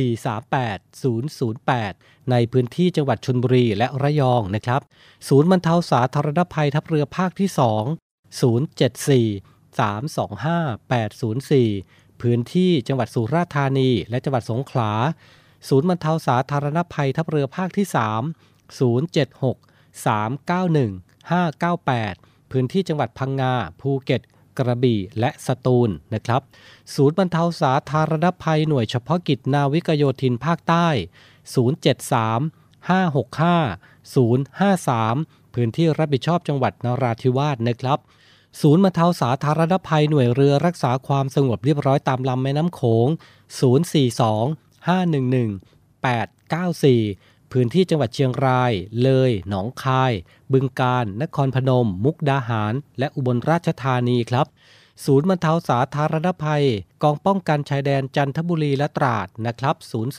038-438-008ในพื้นที่จังหวัดชลบุรีและระยองนะครับศูนย์บรรเทาสาธารณภัยทัพเรือภาคที่2 074-325-804พื้นที่จังหวัดสุราษฎร์ธานีและจังหวัดสงขลาศูนย์บรรเทาสาธารณภัยทัพเรือภาคที่3 076-391-598พื้นที่จังหวัดพังงาภูเก็ตกระบี่และสตูลนะครับศูนย์บรรเทาสาธารณภัยหน่วยเฉพาะกิจนาวิกโยธินภาคใต้073-565-053พื้นที่รับผิดชอบจังหวัดนราธิวาสนะครับศูนย์บรรเทาสาธารณภัยหน่วยเรือรักษาความสงบเรียบร้อยตามลำแม่น้ำโขง042-511-894พื้นที่จังหวัดเชียงรายเลยหนองคายบึงกาฬนครพนมมุกดาหารและอุบลราชธานีครับศูนย์บรรเทาสาธารณภัยกองป้องกันชายแดนจันทบุรีและตราดนะครับ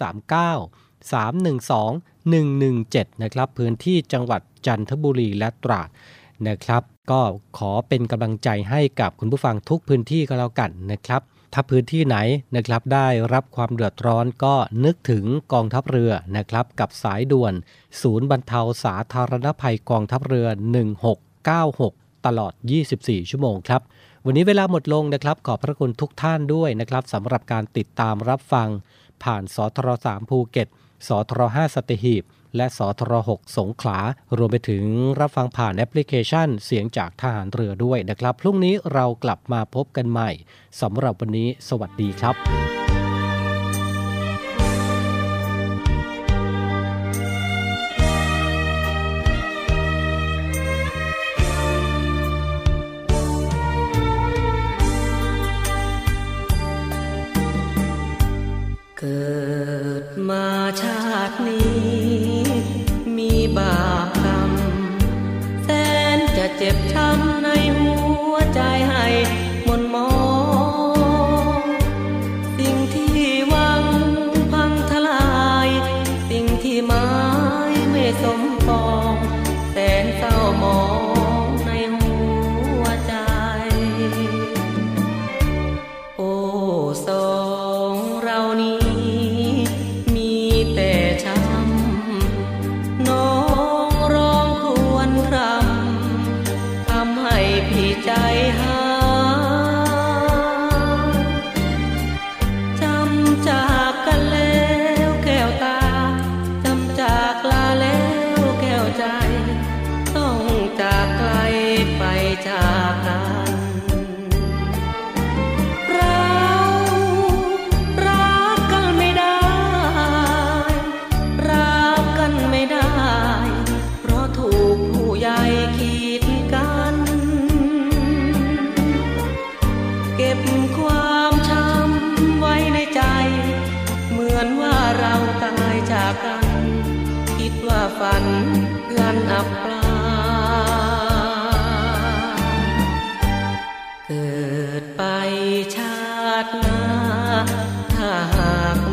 039-312-117นะครับพื้นที่จังหวัดจันทบุรีและตราดนะครับก็ขอเป็นกำลังใจให้กับคุณผู้ฟังทุกพื้นที่ก็แล้วกันนะครับถ้าพื้นที่ไหนนะครับได้รับความเดือดร้อนก็นึกถึงกองทัพเรือนะครับกับสายด่วนศูนย์บรรเทาสาธารณภัยกองทัพเรือ1696ตลอด24ชั่วโมงครับวันนี้เวลาหมดลงนะครับขอบพระคุณทุกท่านด้วยนะครับสำหรับการติดตามรับฟังผ่านสทร3ภูเก็ตสทร5สัตหีบและสทร6สงขลารวมไปถึงรับฟังผ่านแอปพลิเคชันเสียงจากทหารเรือด้วยนะครับพรุ่งนี้เรากลับมาพบกันใหม่สำหรับวันนี้สวัสดีครับเกิดมาชาตินี้มีบาปกรรมแสนจะเจ็บช้ำในหัวใจให้หม่นหมองสิ่งที่หวังพังทลายสิ่งที่หมายไม่สมปองแสนเศร้าหมองในหัวใจโอ้สองเรานี้ใจหาจำจากกันแล้วแก้วตาจำจากลาแล้วแก้วใจต้องจากไกลไปจากกันเรารักกันไม่ได้รักกันไม่ได้เพราะถูกผู้ใหญ่กีดกันเก็บความช้ำไว้ในใจเหมือนว่าเราตายจากกันคิดว่าฝันเพื่อนอับปลาเกิดไปชาติหน้าถ้าหาก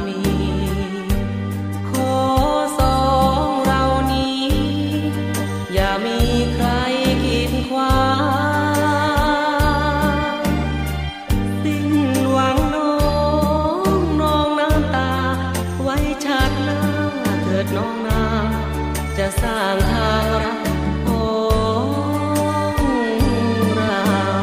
สร้างทางรักของเรา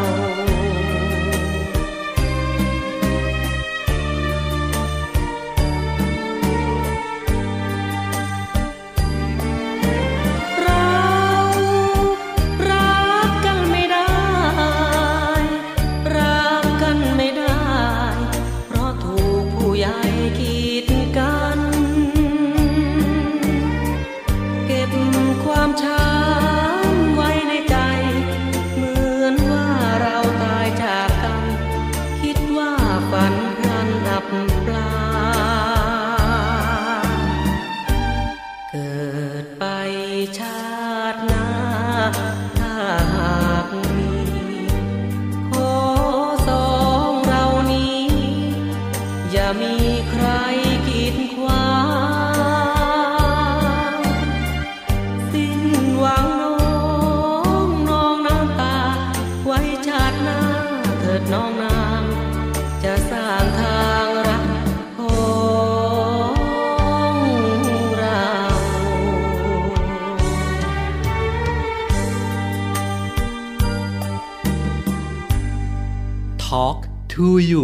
Talk to you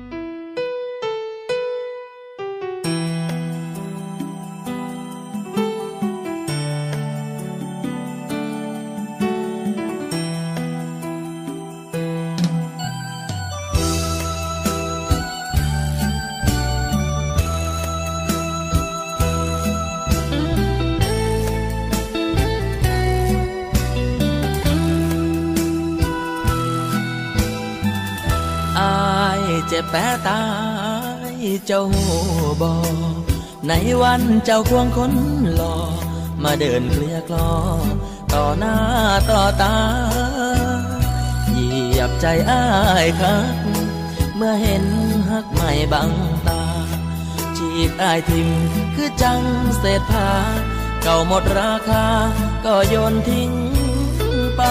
เจ็บแป้ตายเจ้าบ่ในวันเจ้าควงคนหล่อมาเดินเคลียร์คลอต่อหน้าต่อตาเหยียบใจอ้ายคักเมื่อเห็นหักไม่บังตาจีบอ้ายทิ่มคือจังเศษผ้าเก่าหมดราคาก็โยนทิ้งไป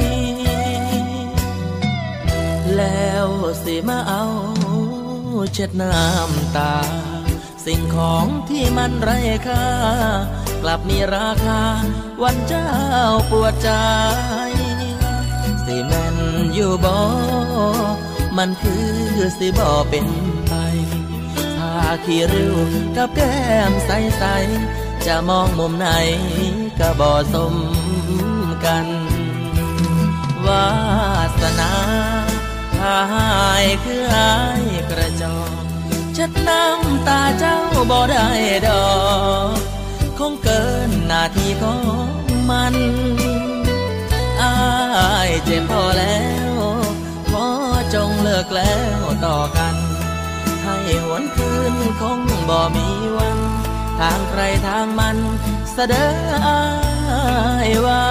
แล้วสิมาเอาเช็ดน้ำตาสิ่งของที่มันไร้ค่ากลับมีราคาวันเจ้าปวดใจสิแม่นอยู่บ่มันคือสิบ่เป็นไปถ้าขี้ริ้วกับแก้มใสๆจะมองมุมไหนก็บ่สมกันวาสนาถ้าหายคือหายกระจอกเช็ดน้ำตาเจ้าบ่ได้ดอกคงเกินหน้าที่ของมันอ้ายเจ็บพอแล้วขอจงเลิกแล้วต่อกันให้หวนคืนคงบ่มีวันทางใครทางมันเสดออ้ายว่า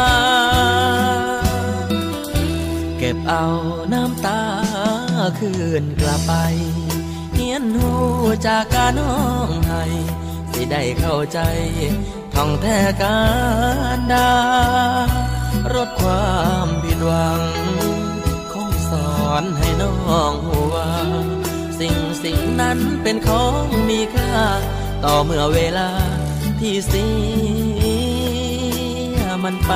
เก็บเอาน้ำตาคืนกลับไปเฮียนหูจากการน้องให้สิได้เข้าใจท่องแท้การดารดความผิดหวังคงสอนให้น้องว่าสิ่งนั้นเป็นของมีค่าต่อเมื่อเวลาที่เสียมันไป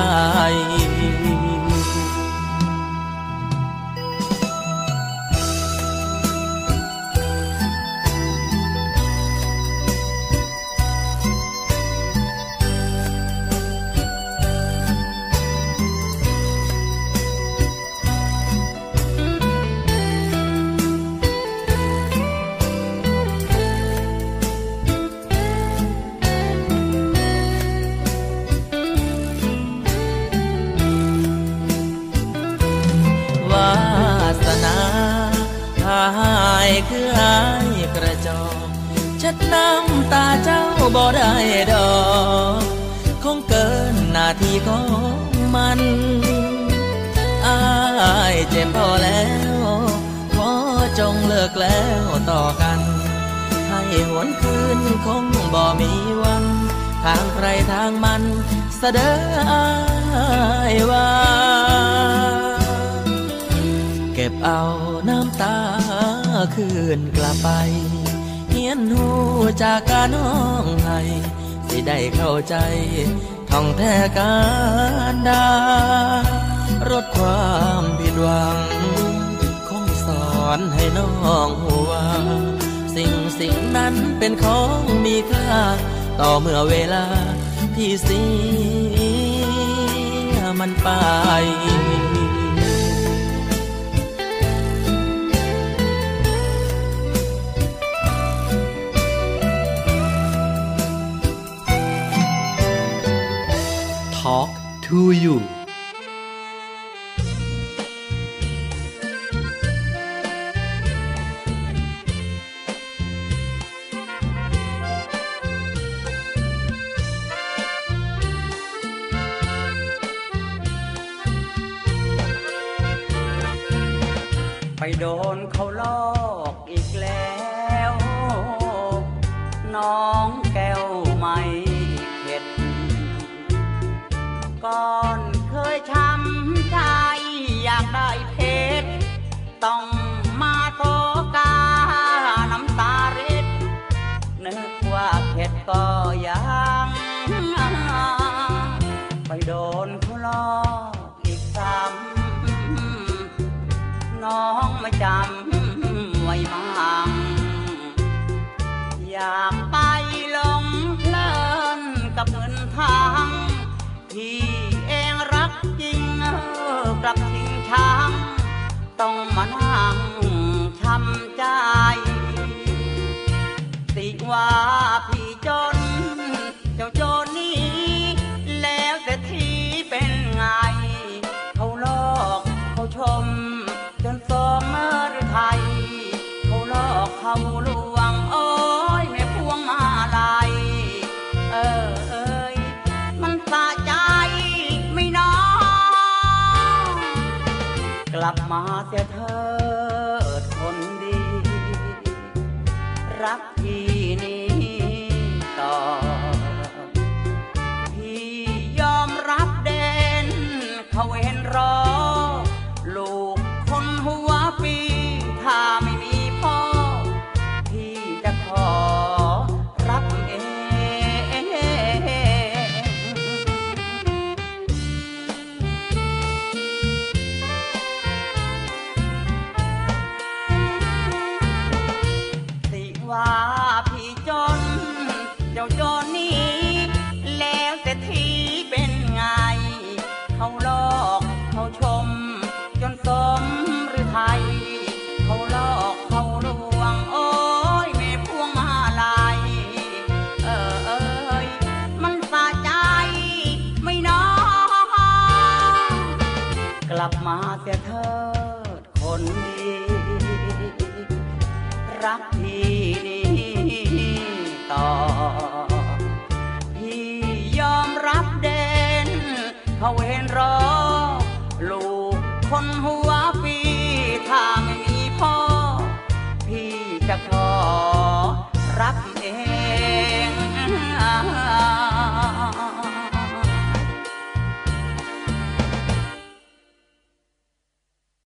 คือหายกระจอกเช็ดน้ำตาเจ้าบ่ได้ดอกคงเกินหน้าที่ของมันอ้ายเจ็บพอแล้วขอจงเลิกแล้วต่อกันให้หวนคืนคงบ่มีวันทางใครทางมันเสดออ้ายว่าเก็บเอาน้ำตาคืนกลับไปเฮียนหูจากการน้องให้สิได้เข้าใจท่ท่องแท้การดารดความผิดหวังคงสอนให้น้องหัวสิ่งนั้นเป็นของมีค่าต่อเมื่อเวลาที่เสียมันไป Talk to you ไปโดนเขาลอกอีกแล้วน้องแก้วไม่เข็ดก่อนเคยช้ำใจอยากได้เพชรต้องมาโตกาน้ำตาเร็ดนึกว่าเข็ดก็ยังไปโดนเขาลอกอีกซ้ำน้องไม่จำไว้มั่งอยากไปหลงเพลินกับเงินทางที่เองรักจริงกลับทิ้งช้างต้องมานั่งช้ำใจติว่าพี่จนเจ้าโจรนี้แล้วแต่ทีเป็นไงเขาลอกเขาชมจนสมหรือไทยเขาลอกเขาลวงโอ้ยแม่พวงมาลัยมันสะใจไม่น้องกลับมาเสียเถิดคนดีรักพี่นี้ต่อพี่ยอมรับเด่นเขาเห็นรอลูกคนหัวปีถ้าไม่มีพ่อพี่จะขอรับเองสิว่าพี่จนเจ้าโจรนี้แล้วแต่ทีเป็นไงเขาลอกเขาชมจนสมหรือไทยเขาลอกเขาลวงโอ้ยแม่พวงมาลัยมันสะใจไม่น้องกลับมาเสียเถิดคนดีรักพี่นี้ต่อพี่ยอมรับเด่นเขาเห็นรอลูกคนหัวปีถ้าไม่มีพ่อพี่จะขอ